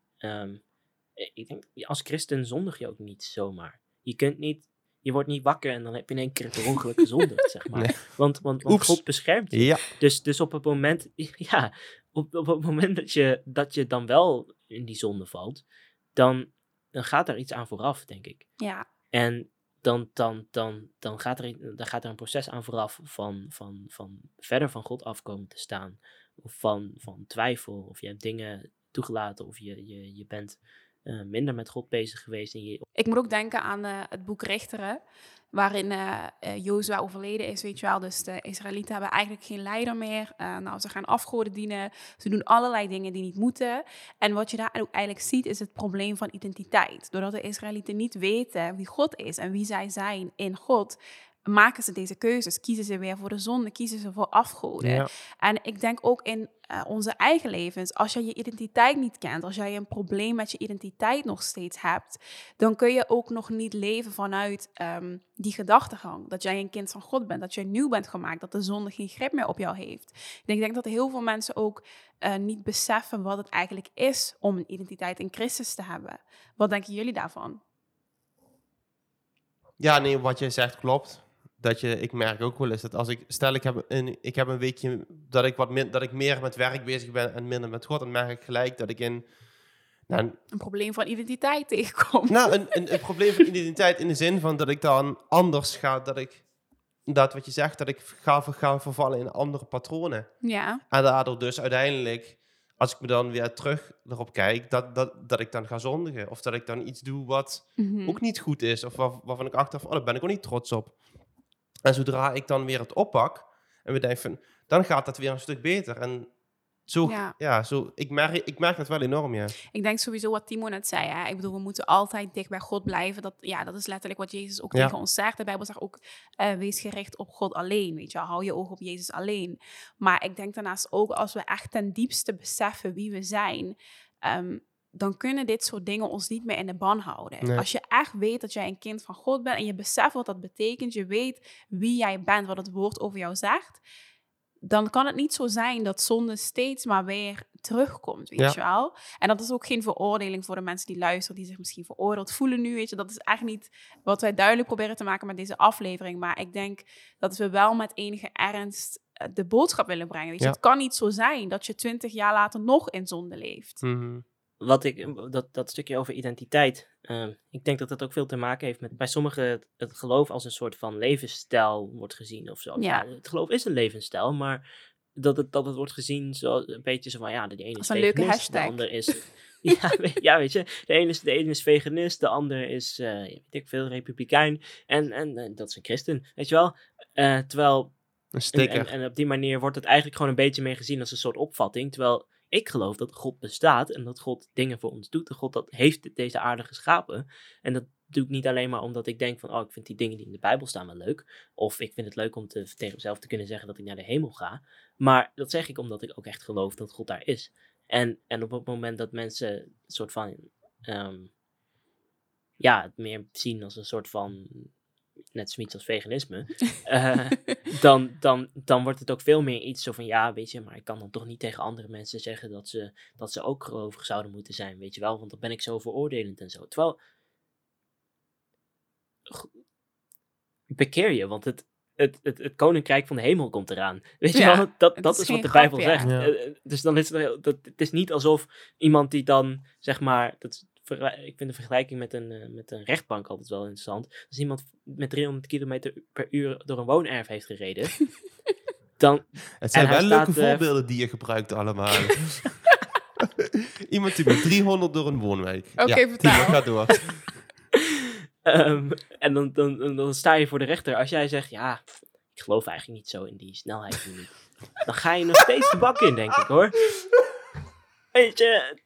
um, ik denk, als christen zondig je ook niet zomaar. Je kunt niet... Je wordt niet wakker en dan heb je in één keer per ongeluk gezondigd, zeg maar. Nee. Want, want, want God beschermt je. Ja. Dus, dus op het moment, ja, op, op het moment dat je, dat je dan wel in die zonde valt, dan, dan gaat daar iets aan vooraf, denk ik. Ja. En dan, dan, dan, dan, gaat, er, dan gaat er een proces aan vooraf van, van, van verder van God afkomen te staan. Of van, van twijfel, of je hebt dingen toegelaten, of je, je, je bent... Uh, minder met God bezig geweest. En je... Ik moet ook denken aan uh, het boek Richteren, waarin uh, uh, Jozua overleden is, weet je wel. Dus de Israëlieten hebben eigenlijk geen leider meer. Uh, nou, ze gaan afgoden dienen. Ze doen allerlei dingen die niet moeten. En wat je daar ook eigenlijk ziet, is het probleem van identiteit. Doordat de Israëlieten niet weten wie God is en wie zij zijn in God, maken ze deze keuzes. Kiezen ze weer voor de zonde, kiezen ze voor afgoden. Ja. En ik denk ook in uh, onze eigen levens, als jij je identiteit niet kent, als jij een probleem met je identiteit nog steeds hebt, dan kun je ook nog niet leven vanuit um, die gedachtegang. Dat jij een kind van God bent, dat jij nieuw bent gemaakt, dat de zonde geen grip meer op jou heeft. Ik denk, ik denk dat heel veel mensen ook uh, niet beseffen wat het eigenlijk is om een identiteit in Christus te hebben. Wat denken jullie daarvan? Ja, nee, wat jij zegt klopt. Dat je, ik merk ook wel eens dat als ik, stel ik heb een, ik heb een weekje dat ik, wat min, dat ik meer met werk bezig ben en minder met God, dan merk ik gelijk dat ik in... Nou, een, een probleem van identiteit tegenkom. Nou, een, een, een probleem van identiteit in de zin van dat ik dan anders ga, dat ik, dat wat je zegt, dat ik ga, ga vervallen in andere patronen. Ja. En daardoor dus uiteindelijk, als ik me dan weer terug erop kijk, dat, dat, dat ik dan ga zondigen. Of dat ik dan iets doe wat Mm-hmm. ook niet goed is. Of waar, waarvan ik achteraf, oh, daar ben ik ook niet trots op. En zodra ik dan weer het oppak en we denken van, dan gaat dat weer een stuk beter. En zo, ja, Ja. zo, ik, merk, ik merk dat wel enorm, ja. Ik denk sowieso wat Timo net zei. Hè? Ik bedoel, we moeten altijd dicht bij God blijven. Dat, ja, dat is letterlijk wat Jezus ook Ja. tegen ons zegt. De Bijbel zegt ook, uh, wees gericht op God alleen. Weet je, hou je oog op Jezus alleen. Maar ik denk daarnaast ook, als we echt ten diepste beseffen wie we zijn, um, dan kunnen dit soort dingen ons niet meer in de ban houden. Nee. Als je echt weet dat jij een kind van God bent en je beseft wat dat betekent, je weet wie jij bent, wat het woord over jou zegt, dan kan het niet zo zijn dat zonde steeds maar weer terugkomt, weet Ja. je wel. En dat is ook geen veroordeling voor de mensen die luisteren, die zich misschien veroordeeld voelen nu, weet je. Dat is echt niet wat wij duidelijk proberen te maken met deze aflevering. Maar ik denk dat we wel met enige ernst eh, de boodschap willen brengen, weet je. Ja. Het kan niet zo zijn dat je twintig jaar later nog in zonde leeft. Mhm. Wat ik, dat, dat stukje over identiteit. ehm, ik denk dat dat ook veel te maken heeft met bij sommigen het, het geloof als een soort van levensstijl wordt gezien of zo. Ja. Ja, het geloof is een levensstijl, maar dat het, dat het wordt gezien zo een beetje zo van ja, de ene is Als een leuke veganist, de hashtag. ander is. ja, weet, ja, weet je, de ene is, de ene is veganist, de ander is, eh weet ik veel, republikein en, en, en dat is een christen, weet je wel. Eh, terwijl Een en, sticker. en, en op die manier wordt het eigenlijk gewoon een beetje meer gezien als een soort opvatting. Terwijl ik geloof dat God bestaat en dat God dingen voor ons doet. En God dat heeft deze aarde geschapen. En dat doe ik niet alleen maar omdat ik denk van, oh, ik vind die dingen die in de Bijbel staan wel leuk. Of ik vind het leuk om te, tegen mezelf te kunnen zeggen dat ik naar de hemel ga. Maar dat zeg ik omdat ik ook echt geloof dat God daar is. En, en op het moment dat mensen een soort van, ehm, ja, het meer zien als een soort van, net zoiets als veganisme, eh, dan, dan, dan wordt het ook veel meer iets zo van, ja, weet je, maar ik kan dan toch niet tegen andere mensen zeggen dat ze, dat ze ook gelovig zouden moeten zijn, weet je wel, want dan ben ik zo veroordelend en zo. Terwijl, g- bekeer je, want het, het, het, het koninkrijk van de hemel komt eraan. Weet je Ja, wel, dat, het dat is is, geen wat de Bijbel grap, ja. zegt. Ja. Eh, eh, dus dan is het, heel- dat, het is niet alsof iemand die dan, zeg maar, dat is, vergel- ik vind de vergelijking met een, eh, met een rechtbank altijd wel interessant. Als iemand met driehonderd kilometer per uur door een woonerf heeft gereden, dan, Het zijn en hij wel leuke staat, eh, voorbeelden die je gebruikt allemaal. Iemand die met driehonderd door een woonwijk. Oké, ja, vertel. Timo, ga door. ehm, en dan, dan, dan, dan sta je voor de rechter. Als jij zegt, ja, ik geloof eigenlijk niet zo in die snelheidslimiet, dan ga je nog steeds de bak in, denk ik, hoor. Weet je,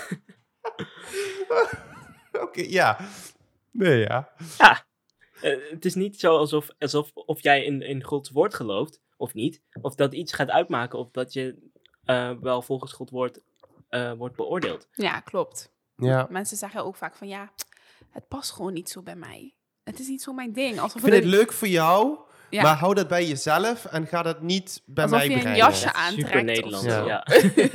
Oké, ja. Nee, ja. ja, eh, het is niet zo alsof, alsof of jij in, in Gods woord gelooft, of niet. Of dat iets gaat uitmaken, of dat je eh, wel volgens Gods woord eh, wordt beoordeeld. Ja, klopt. Ja. Mensen zeggen ook vaak van, ja, het past gewoon niet zo bij mij. Het is niet zo mijn ding. Alsof Ik vind het het leuk voor jou, Ja. maar hou dat bij jezelf en ga dat niet bij Alsof mij je een brengen. jasje Super aantrekt. Nederlands, of zo. ja.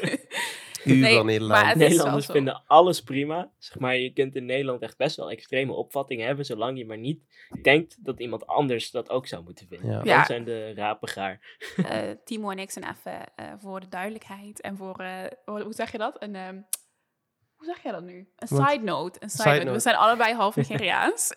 Uber Nee, Nederland. maar het is wel Nederlanders zo. vinden alles prima. Zeg maar, je kunt in Nederland echt best wel extreme opvattingen hebben, zolang je maar niet denkt dat iemand anders dat ook zou moeten vinden. Ja. Dat Ja. zijn de rapengaar. Eh, Timo en ik zijn even eh, voor de duidelijkheid en voor, eh, hoe hoe zeg je dat? Een, ehm, hoe zeg je dat nu? Een Wat? side note. Een side Side note. We note. zijn allebei half Nigeriaans.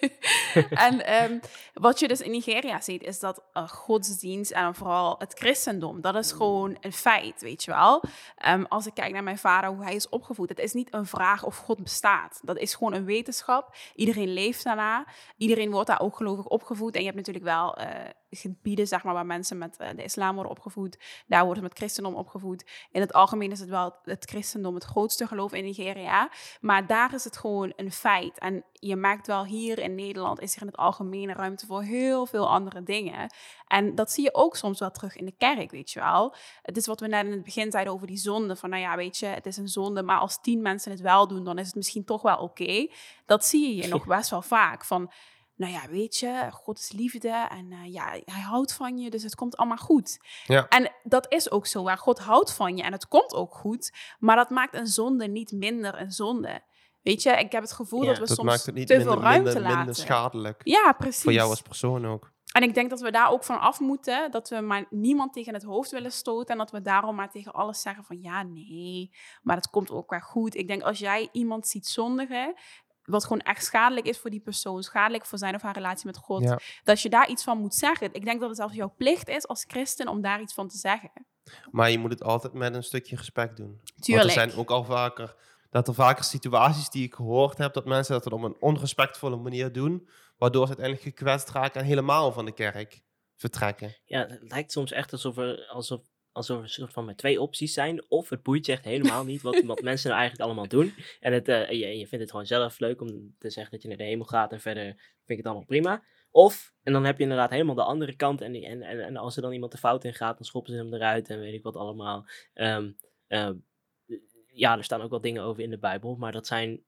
en ehm, wat je dus in Nigeria ziet, is dat uh, godsdienst en vooral het christendom, dat is gewoon een feit, weet je wel. Ehm, als ik kijk naar mijn vader, hoe hij is opgevoed, het is niet een vraag of God bestaat. Dat is gewoon een wetenschap. Iedereen leeft daarna. Iedereen wordt daar ook gelovig opgevoed. En je hebt natuurlijk wel uh, gebieden, zeg maar, waar mensen met uh, de islam worden opgevoed. Daar worden ze met christendom opgevoed. In het algemeen is het wel het christendom het grootste geloof in Nigeria. Maar daar is het gewoon een feit. En je merkt wel, hier in Nederland is er in het algemeen ruimte voor heel veel andere dingen. En dat zie je ook soms wel terug in de kerk, weet je wel. Het is wat we net in het begin zeiden over die zonde. Van nou ja, weet je, het is een zonde, maar als tien mensen het wel doen, dan is het misschien toch wel oké. Okay. Dat zie je hier nog best wel vaak. Van, nou ja, weet je, God is liefde en uh, ja, hij houdt van je, dus het komt allemaal goed. Ja. En dat is ook zo, waar God houdt van je en het komt ook goed, maar dat maakt een zonde niet minder een zonde. Weet je, ik heb het gevoel Ja, dat we Dat soms maakt het niet te minder, veel ruimte minder, laten. minder schadelijk. Ja, precies. Voor jou als persoon ook. En ik denk dat we daar ook van af moeten, dat we maar niemand tegen het hoofd willen stoten en dat we daarom maar tegen alles zeggen van ja, nee, maar dat komt ook wel goed. Ik denk als jij iemand ziet zondigen, wat gewoon echt schadelijk is voor die persoon, schadelijk voor zijn of haar relatie met God, Ja. dat je daar iets van moet zeggen. Ik denk dat het zelfs jouw plicht is als christen om daar iets van te zeggen. Maar je moet het altijd met een stukje respect doen. Tuurlijk. Want er zijn ook al vaker, dat er vaker situaties die ik gehoord heb, dat mensen dat op een onrespectvolle manier doen, waardoor ze uiteindelijk gekwetst raken en helemaal van de kerk vertrekken. Ja, het lijkt soms echt alsof er, alsof, alsof er een soort van maar twee opties zijn. Of het boeit je echt helemaal niet wat, wat mensen nou eigenlijk allemaal doen. En het, uh, je, je vindt het gewoon zelf leuk om te zeggen dat je naar de hemel gaat en verder vind ik het allemaal prima. Of, en dan heb je inderdaad helemaal de andere kant. En, en, en, en als er dan iemand de fout in gaat, dan schoppen ze hem eruit en weet ik wat allemaal. Um, uh, ja, er staan ook wel dingen over in de Bijbel, maar dat zijn...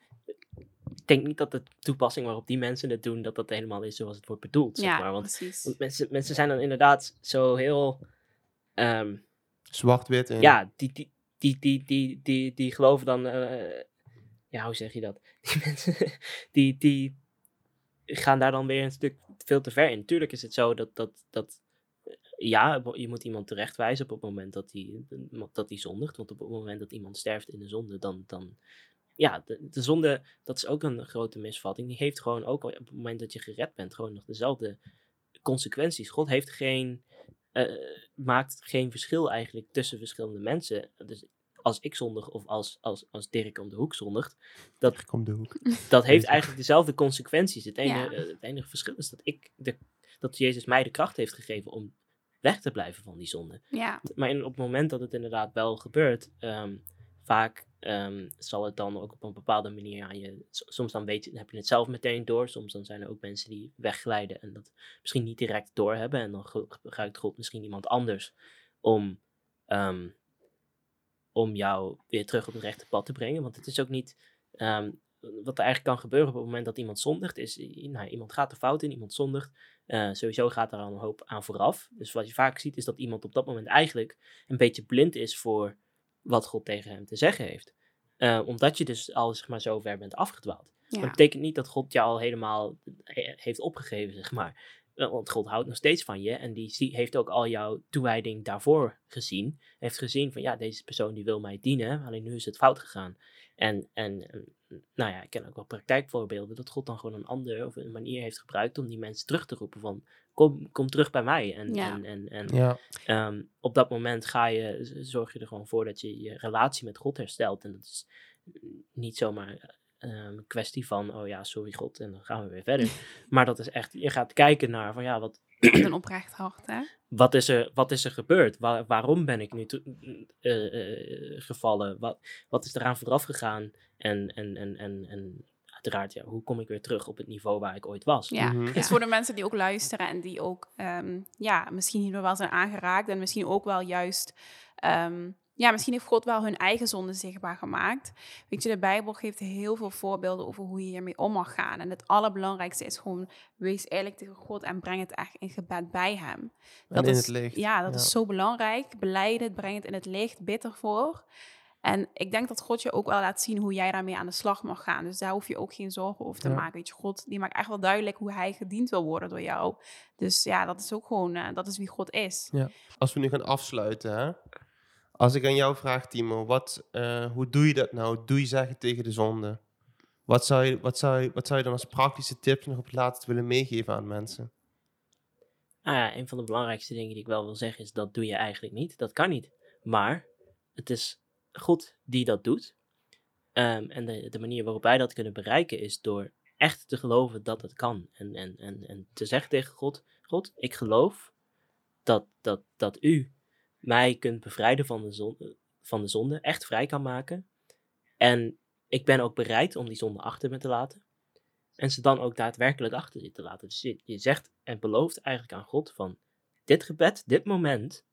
Ik denk niet dat de toepassing waarop die mensen het doen, dat dat helemaal is zoals het wordt bedoeld, zeg Ja, maar. Want, precies. want mensen, mensen zijn dan inderdaad zo heel Um, Zwart-wit. En... Ja, die, die, die, die, die, die, die geloven dan... Uh, ja, hoe zeg je dat? Die mensen, die, die gaan daar dan weer een stuk veel te ver in. Tuurlijk is het zo dat... dat, dat ja, je moet iemand terechtwijzen op het moment dat hij dat hij zondigt. Want op het moment dat iemand sterft in de zonde, dan... dan ja, de, de zonde, dat is ook een grote misvatting. Die heeft gewoon ook op het moment dat je gered bent, gewoon nog dezelfde consequenties. God heeft geen... Uh, maakt geen verschil eigenlijk tussen verschillende mensen. Dus als ik zondig of als, als, als Dirk om de hoek zondigt, dat, Dirk om de hoek. dat heeft eigenlijk dezelfde consequenties. Het enige, Ja. uh, het enige verschil is dat, ik de, dat Jezus mij de kracht heeft gegeven om weg te blijven van die zonde. Ja. Maar in, op het moment dat het inderdaad wel gebeurt, um, vaak um, zal het dan ook op een bepaalde manier aan je... Soms dan weet je, heb je het zelf meteen door. Soms dan zijn er ook mensen die wegglijden en dat misschien niet direct doorhebben. En dan gebruikt God misschien iemand anders om, um, om jou weer terug op het rechte pad te brengen. Want het is ook niet... Um, wat er eigenlijk kan gebeuren op het moment dat iemand zondigt, is... Nou, iemand gaat de fout in, iemand zondigt. Uh, sowieso gaat er al een hoop aan vooraf. Dus wat je vaak ziet is dat iemand op dat moment eigenlijk een beetje blind is voor wat God tegen hem te zeggen heeft. Uh, omdat je dus al zeg maar zo ver bent afgedwaald. Ja. Maar dat betekent niet dat God jou al helemaal he- heeft opgegeven, zeg maar. Want God houdt nog steeds van je en die heeft ook al jouw toewijding daarvoor gezien. Heeft gezien van ja, deze persoon die wil mij dienen, alleen nu is het fout gegaan. En, en nou ja, ik ken ook wel praktijkvoorbeelden dat God dan gewoon een andere of een manier heeft gebruikt om die mensen terug te roepen van kom, kom terug bij mij. En, Ja. en, en, en Ja. um, op dat moment ga je, zorg je er gewoon voor dat je je relatie met God herstelt. En dat is niet zomaar een um, kwestie van, oh ja, sorry God, en dan gaan we weer verder. Maar dat is echt, je gaat kijken naar van ja, wat... Een oprecht hart, hè? Wat is er, wat is er gebeurd? Waar, waarom ben ik nu to, uh, uh, gevallen? Wat, wat is eraan vooraf gegaan? En, en, en, en, en uiteraard, ja, hoe kom ik weer terug op het niveau waar ik ooit was? Ja, Mm-hmm. dus ja. Voor de mensen die ook luisteren en die ook um, ja, misschien hierdoor wel zijn aangeraakt en misschien ook wel juist... Um, ja, misschien heeft God wel hun eigen zonde zichtbaar gemaakt. Weet je, de Bijbel geeft heel veel voorbeelden over hoe je hiermee om mag gaan. En het allerbelangrijkste is gewoon, wees eerlijk tegen God en breng het echt in gebed bij hem. Dat en in is, het licht. Ja, dat ja. is zo belangrijk. Belijd het, breng het in het licht, bid ervoor. En ik denk dat God je ook wel laat zien hoe jij daarmee aan de slag mag gaan. Dus daar hoef je ook geen zorgen over te ja. maken. Weet je, God die maakt echt wel duidelijk hoe hij gediend wil worden door jou. Dus ja, dat is ook gewoon, uh, dat is wie God is. Ja. Als we nu gaan afsluiten, hè? Als ik aan jou vraag, Timo, wat, uh, hoe doe je dat nou? Doe je zeggen tegen de zonde? Wat zou, je, wat, zou je, wat zou je dan als praktische tips nog op het laatst willen meegeven aan mensen? Nou ja, een van de belangrijkste dingen die ik wel wil zeggen is, dat doe je eigenlijk niet. Dat kan niet. Maar het is God die dat doet. Um, en de, de manier waarop wij dat kunnen bereiken is door echt te geloven dat het kan. En, en, en, en te zeggen tegen God, God, ik geloof dat, dat, dat u mij kunt bevrijden van de, zonde, van de zonde, echt vrij kan maken. En ik ben ook bereid om die zonde achter me te laten. En ze dan ook daadwerkelijk achter je te laten. Dus je, je zegt en belooft eigenlijk aan God van, dit gebed, dit moment,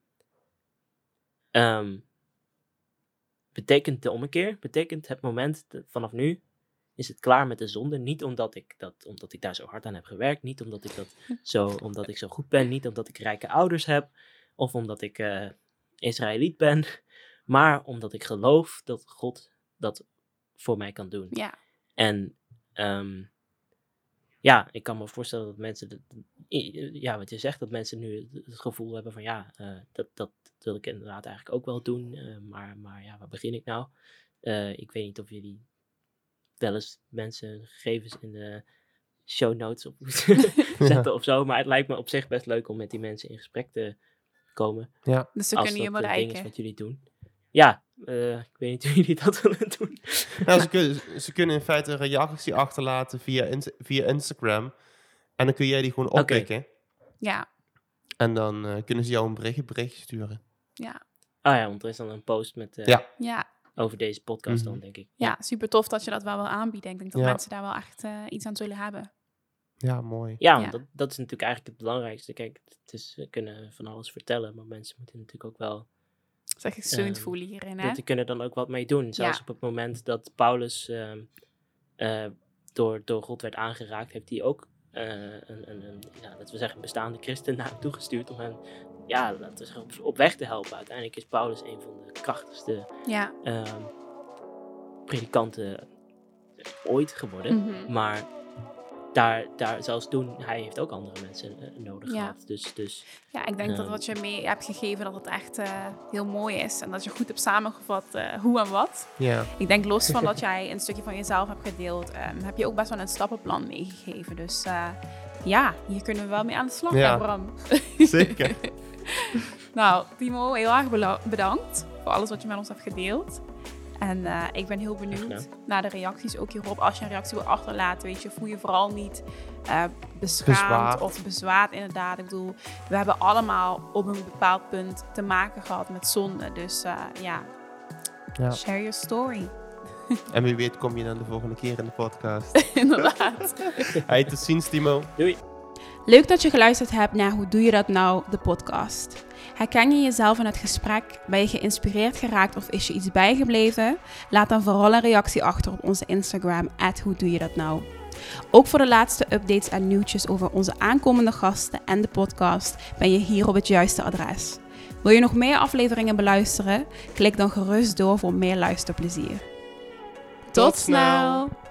um, betekent de ommekeer, betekent het moment, de, vanaf nu is het klaar met de zonde. Niet omdat ik, dat, omdat ik daar zo hard aan heb gewerkt, niet omdat ik, dat zo, omdat ik zo goed ben, niet omdat ik rijke ouders heb, of omdat ik uh, Israëliet ben, maar omdat ik geloof dat God dat voor mij kan doen. Ja. En um, ja, ik kan me voorstellen dat mensen, dat, ja, wat je zegt, dat mensen nu het gevoel hebben van ja, uh, dat, dat wil ik inderdaad eigenlijk ook wel doen, uh, maar, maar ja, waar begin ik nou? Uh, ik weet niet of jullie wel eens mensen gegevens in de show notes op zetten ja. of zo, maar het lijkt me op zich best leuk om met die mensen in gesprek te komen. Ja. Dus ze als kunnen je dat bereiken. ding is wat jullie doen. Ja, uh, ik weet niet hoe jullie dat willen doen. Ja, ze, kunnen, ze kunnen in feite een reactie achterlaten via, in, via Instagram. En dan kun jij die gewoon oppikken. Okay. Ja. En dan uh, kunnen ze jou een berichtje, berichtje sturen. Ja. Ah ja, want er is dan een post met uh, ja. Ja. over deze podcast mm-hmm. dan, denk ik. Ja, ja, super tof dat je dat wel wil aanbieden. Ik denk dat ja. mensen daar wel echt uh, iets aan zullen hebben. Ja, mooi. Ja, want ja. Dat, dat is natuurlijk eigenlijk het belangrijkste. Kijk, het is, we kunnen van alles vertellen, maar mensen moeten natuurlijk ook wel zich gesteund uh, voelen hierin, hè? Die kunnen dan ook wat mee doen. Zelfs ja. op het moment dat Paulus uh, uh, door, door God werd aangeraakt, heeft hij ook uh, een, een, een, ja, laten we zeggen, bestaande christen naar hem toegestuurd om hem ja, laten we zeggen, op, op weg te helpen. Uiteindelijk is Paulus een van de krachtigste Ja. um, predikanten ooit geworden. Mm-hmm. Maar daar, daar, zelfs toen, hij heeft ook andere mensen uh, nodig ja. gehad. Dus, dus, ja, ik denk um, dat wat je mee hebt gegeven, dat het echt uh, heel mooi is. En dat je goed hebt samengevat uh, hoe en wat. Ja. Ik denk los van dat jij een stukje van jezelf hebt gedeeld, um, heb je ook best wel een stappenplan meegegeven. Dus uh, ja, hier kunnen we wel mee aan de slag, ja. hè, Bram? Zeker. Nou, Timo, heel erg bela- bedankt voor alles wat je met ons hebt gedeeld. En uh, ik ben heel benieuwd ja. naar de reacties ook hierop. Als je een reactie wil achterlaten, weet je, voel je vooral niet uh, beschaamd Bezwaard. of bezwaard inderdaad. Ik bedoel, we hebben allemaal op een bepaald punt te maken gehad met zonde. Dus uh, ja, ja, share your story. En wie weet kom je dan de volgende keer in de podcast. Inderdaad. Hey, tot ziens, Timo. Doei. Leuk dat je geluisterd hebt naar Hoe Doe Je Dat Nou, de podcast. Herken je jezelf in het gesprek? Ben je geïnspireerd geraakt of is je iets bijgebleven? Laat dan vooral een reactie achter op onze Instagram, at Hoe Doe Je Dat Nou. Ook voor de laatste updates en nieuwtjes over onze aankomende gasten en de podcast ben je hier op het juiste adres. Wil je nog meer afleveringen beluisteren? Klik dan gerust door voor meer luisterplezier. Tot, Tot snel!